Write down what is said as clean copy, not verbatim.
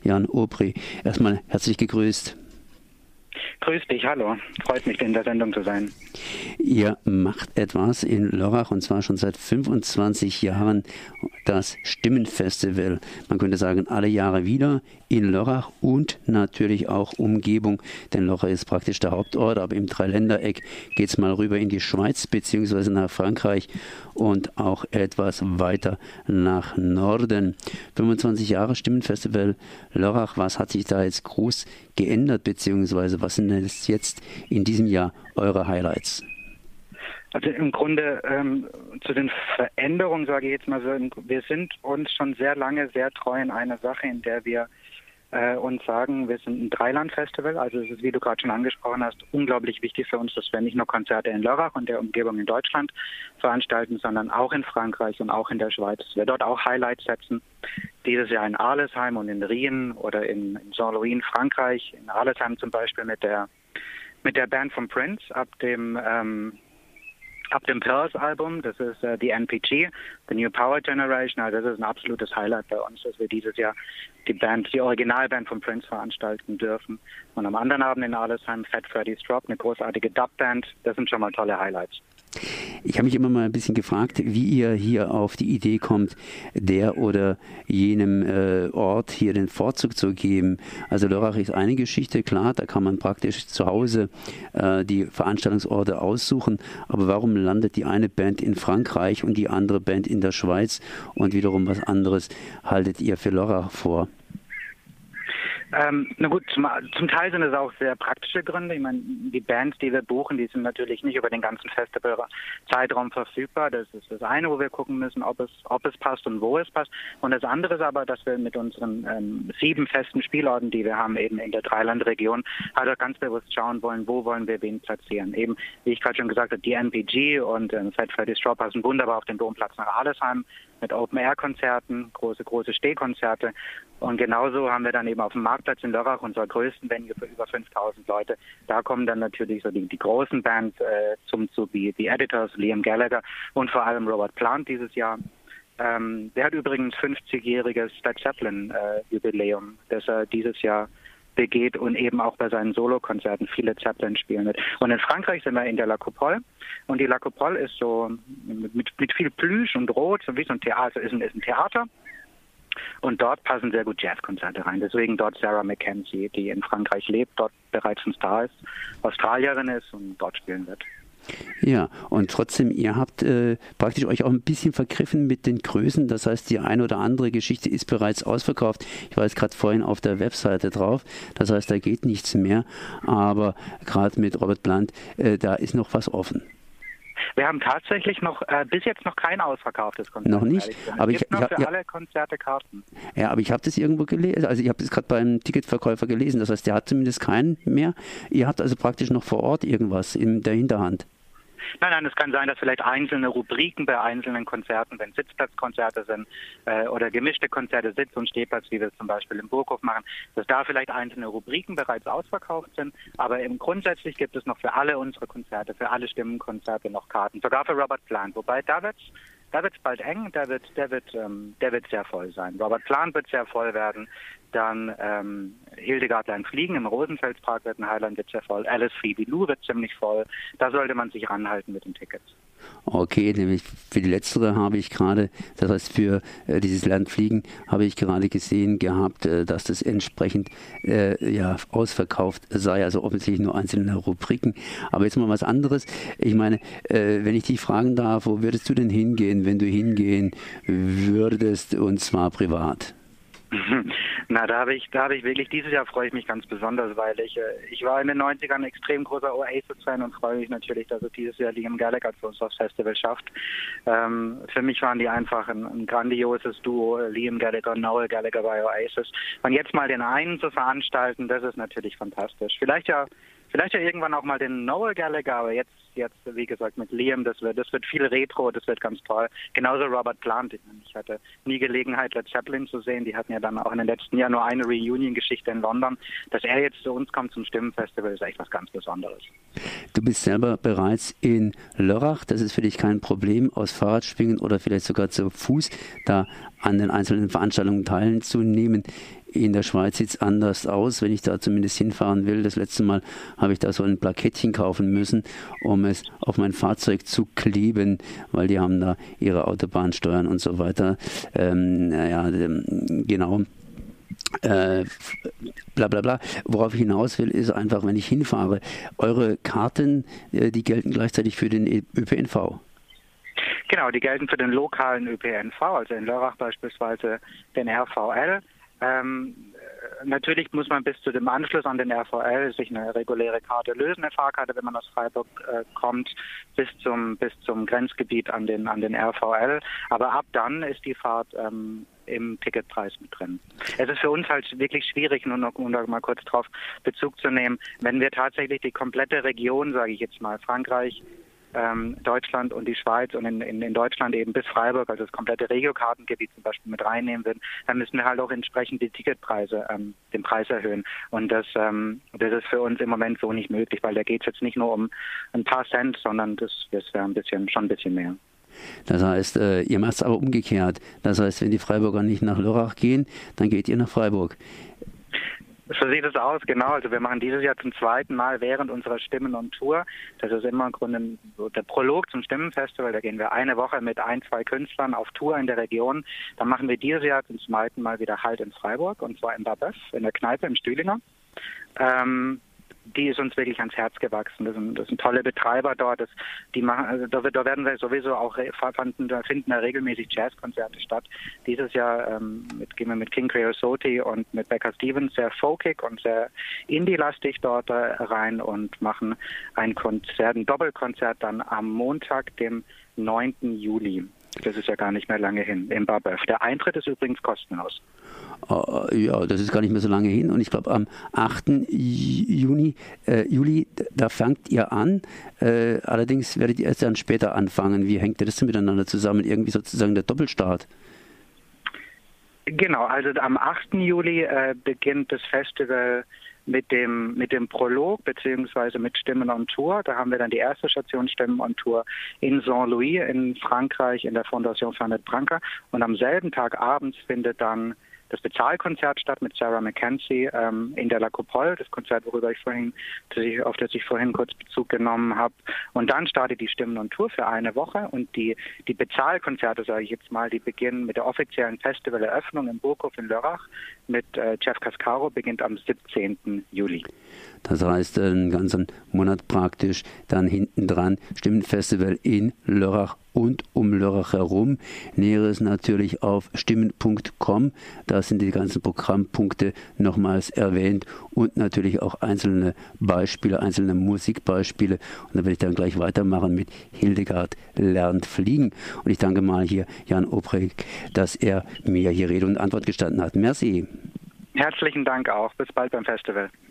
Jan Aubry. Erstmal herzlich gegrüßt. Grüß dich, hallo. Freut mich, in der Sendung zu sein. Ihr macht etwas in Lörrach und zwar schon seit 25 Jahren, das Stimmenfestival. Man könnte sagen, alle Jahre wieder in Lörrach und natürlich auch Umgebung, denn Lörrach ist praktisch der Hauptort, aber im Dreiländereck geht es mal rüber in die Schweiz bzw. nach Frankreich und auch etwas weiter nach Norden. 25 Jahre Stimmenfestival Lörrach, was hat sich da jetzt groß geändert bzw. was sind jetzt in diesem Jahr eure Highlights? Also im Grunde zu den Veränderungen sage ich jetzt mal so, wir sind uns schon sehr lange sehr treu in einer Sache, in der wir uns sagen, wir sind ein Dreilandfestival, also es ist, wie du gerade schon angesprochen hast, unglaublich wichtig für uns, dass wir nicht nur Konzerte in Lörrach und der Umgebung in Deutschland veranstalten, sondern auch in Frankreich und auch in der Schweiz. Wir dort auch Highlights setzen, dieses Jahr in Arlesheim und in Rien oder in Saint-Louis in Frankreich, in Arlesheim zum Beispiel mit der Band von Prince ab dem Pearls-Album, das ist die NPG, The New Power Generation. Also das ist ein absolutes Highlight bei uns, dass wir dieses Jahr die Originalband von Prince veranstalten dürfen. Und am anderen Abend in Arlesheim Fat Freddy's Drop, eine großartige Dubband. Das sind schon mal tolle Highlights. Ich habe mich immer mal ein bisschen gefragt, wie ihr hier auf die Idee kommt, der oder jenem Ort hier den Vorzug zu geben. Also Lörrach ist eine Geschichte, klar, da kann man praktisch zu Hause die Veranstaltungsorte aussuchen, aber warum landet die eine Band in Frankreich und die andere Band in der Schweiz und wiederum was anderes haltet ihr für Lörrach vor? Na gut, zum Teil sind es auch sehr praktische Gründe. Ich meine, die Bands, die wir buchen, die sind natürlich nicht über den ganzen Festivalzeitraum verfügbar. Das ist das eine, wo wir gucken müssen, ob es passt und wo es passt. Und das andere ist aber, dass wir mit unseren 7 festen Spielorten, die wir haben, eben in der Dreilandregion, halt auch ganz bewusst schauen wollen, wo wollen wir wen platzieren. Eben, wie ich gerade schon gesagt habe, die NPG und Fat Freddy's Drop passen wunderbar auf den Domplatz nach Arlesheim mit Open-Air-Konzerten, große Stehkonzerte. Und genauso haben wir dann eben auf dem Marktplatz in Lörrach unser größten Venue für über 5000 Leute. Da kommen dann natürlich so die großen Bands zum Zug, wie die Editors, Liam Gallagher und vor allem Robert Plant dieses Jahr. Der hat übrigens 50-jähriges Led Zeppelin-Jubiläum, das er dieses Jahr begeht und eben auch bei seinen Solokonzerten viele Zeppelin spielen wird. Und in Frankreich sind wir in der La Coupole und die La Coupole ist so mit viel Plüsch und Rot, so wie so ein Theater, ist ein Theater. Und dort passen sehr gut Jazzkonzerte rein. Deswegen dort Sarah McKenzie, die in Frankreich lebt, dort bereits ein Star ist, Australierin ist und dort spielen wird. Ja, und trotzdem, ihr habt praktisch euch auch ein bisschen vergriffen mit den Größen. Das heißt, die eine oder andere Geschichte ist bereits ausverkauft. Ich war jetzt gerade vorhin auf der Webseite drauf. Das heißt, da geht nichts mehr. Aber gerade mit Robert Plant, da ist noch was offen. Wir haben tatsächlich bis jetzt noch kein ausverkauftes Konzert. Noch nicht? Aber es gibt noch für alle Konzerte Karten. Ja, aber ich habe das irgendwo gelesen. Also ich habe das gerade beim Ticketverkäufer gelesen. Das heißt, der hat zumindest keinen mehr. Ihr habt also praktisch noch vor Ort irgendwas in der Hinterhand. Nein, es kann sein, dass vielleicht einzelne Rubriken bei einzelnen Konzerten, wenn Sitzplatzkonzerte sind oder gemischte Konzerte, Sitz- und Stehplatz, wie wir es zum Beispiel im Burghof machen, dass da vielleicht einzelne Rubriken bereits ausverkauft sind. Aber grundsätzlich gibt es noch für alle unsere Konzerte, für alle Stimmenkonzerte noch Karten, sogar für Robert Plant. Wobei da wird's bald eng, der wird sehr voll sein. Robert Plant wird sehr voll werden. Dann Hildegardlein Fliegen im Rosenfelspark wird ein Highland, wird sehr voll. Alice Phoebe Lou wird ziemlich voll. Da sollte man sich ranhalten mit den Tickets. Okay, nämlich für die letztere habe ich gerade, das heißt für dieses Landfliegen, habe ich gerade gesehen gehabt, dass das entsprechend ausverkauft sei, also offensichtlich nur einzelne Rubriken. Aber jetzt mal was anderes. Ich meine, wenn ich dich fragen darf, wo würdest du denn hingehen, wenn du hingehen würdest, und zwar privat? Na, da habe ich wirklich, dieses Jahr freue ich mich ganz besonders, weil ich war in den 90ern ein extrem großer Oasis-Fan und freue mich natürlich, dass es dieses Jahr Liam Gallagher zu uns aufs Festival schafft. Für mich waren die einfach ein grandioses Duo, Liam Gallagher, Noel Gallagher bei Oasis. Und jetzt mal den einen zu veranstalten, das ist natürlich fantastisch. Vielleicht ja irgendwann auch mal den Noel Gallagher, aber jetzt wie gesagt mit Liam, das wird viel Retro, das wird ganz toll. Genauso Robert Plant. Ich hatte nie Gelegenheit, Led Zeppelin zu sehen. Die hatten ja dann auch in den letzten Jahren nur eine Reunion-Geschichte in London. Dass er jetzt zu uns kommt zum Stimmenfestival, ist echt was ganz Besonderes. Du bist selber bereits in Lörrach. Das ist für dich kein Problem, aus Fahrradschwingen oder vielleicht sogar zu Fuß da an den einzelnen Veranstaltungen teilzunehmen. In der Schweiz sieht es anders aus, wenn ich da zumindest hinfahren will. Das letzte Mal habe ich da so ein Plakettchen kaufen müssen, um es auf mein Fahrzeug zu kleben, weil die haben da ihre Autobahnsteuern und so weiter. Genau. Bla bla bla. Worauf ich hinaus will, ist einfach, wenn ich hinfahre, eure Karten, die gelten gleichzeitig für den ÖPNV. Genau, die gelten für den lokalen ÖPNV, also in Lörrach beispielsweise den RVL. Natürlich muss man bis zu dem Anschluss an den RVL sich eine reguläre Karte lösen, eine Fahrkarte, wenn man aus Freiburg kommt, bis zum Grenzgebiet an den RVL. Aber ab dann ist die Fahrt im Ticketpreis mit drin. Es ist für uns halt wirklich schwierig, um da mal kurz drauf Bezug zu nehmen, wenn wir tatsächlich die komplette Region, sage ich jetzt mal, Frankreich, Deutschland und die Schweiz und in Deutschland eben bis Freiburg, also das komplette Regiokartengebiet zum Beispiel mit reinnehmen würden, dann müssen wir halt auch entsprechend die Ticketpreise, den Preis erhöhen. Und das ist für uns im Moment so nicht möglich, weil da geht es jetzt nicht nur um ein paar Cent, sondern das wäre schon ein bisschen mehr. Das heißt, ihr macht es aber umgekehrt. Das heißt, wenn die Freiburger nicht nach Lörrach gehen, dann geht ihr nach Freiburg. So sieht es aus, genau. Also wir machen dieses Jahr zum zweiten Mal während unserer Stimmen und Tour. Das ist immer im Grunde so der Prolog zum Stimmenfestival. Da gehen wir eine Woche mit 1-2 Künstlern auf Tour in der Region. Dann machen wir dieses Jahr zum zweiten Mal wieder Halt in Freiburg, und zwar in Babeuf, in der Kneipe im Stühlinger. Die ist uns wirklich ans Herz gewachsen. Das sind tolle Betreiber dort. Da werden wir sowieso auch finden da regelmäßig Jazzkonzerte statt. Dieses Jahr gehen wir mit King Creosote und mit Becca Stevens sehr folkig und sehr indie-lastig dort rein und machen ein Doppelkonzert dann am Montag, dem 9. Juli. Das ist ja gar nicht mehr lange hin, im Babeuf. Der Eintritt ist übrigens kostenlos. Ja, das ist gar nicht mehr so lange hin. Und ich glaube, am 8. Juli, da fangt ihr an. Allerdings werdet ihr erst dann später anfangen. Wie hängt das denn miteinander zusammen? Irgendwie sozusagen der Doppelstart. Genau, also am 8. Juli beginnt das Festival mit dem Prolog beziehungsweise mit Stimmen on Tour. Da haben wir dann die erste Station Stimmen on Tour in Saint-Louis in Frankreich in der Fondation Fernet Branca. Und am selben Tag abends findet dann das Bezahlkonzert statt mit Sarah Mackenzie in der La Coupole, das Konzert, auf das ich vorhin kurz Bezug genommen habe. Und dann startet die Stimmen und Tour für eine Woche, und die Bezahlkonzerte, sage ich jetzt mal, die beginnen mit der offiziellen Festivaleröffnung im Burghof in Lörrach mit Jeff Cascaro, beginnt am 17. Juli. Das heißt, einen ganzen Monat praktisch dann hinten dran Stimmenfestival in Lörrach und um Lörrach herum. Näheres natürlich auf stimmen.com. Da sind die ganzen Programmpunkte nochmals erwähnt und natürlich auch einzelne Beispiele, einzelne Musikbeispiele. Und da werde ich dann gleich weitermachen mit Hildegard lernt fliegen. Und ich danke mal hier Jan Oprecht, dass er mir hier Rede und Antwort gestanden hat. Merci. Herzlichen Dank auch. Bis bald beim Festival.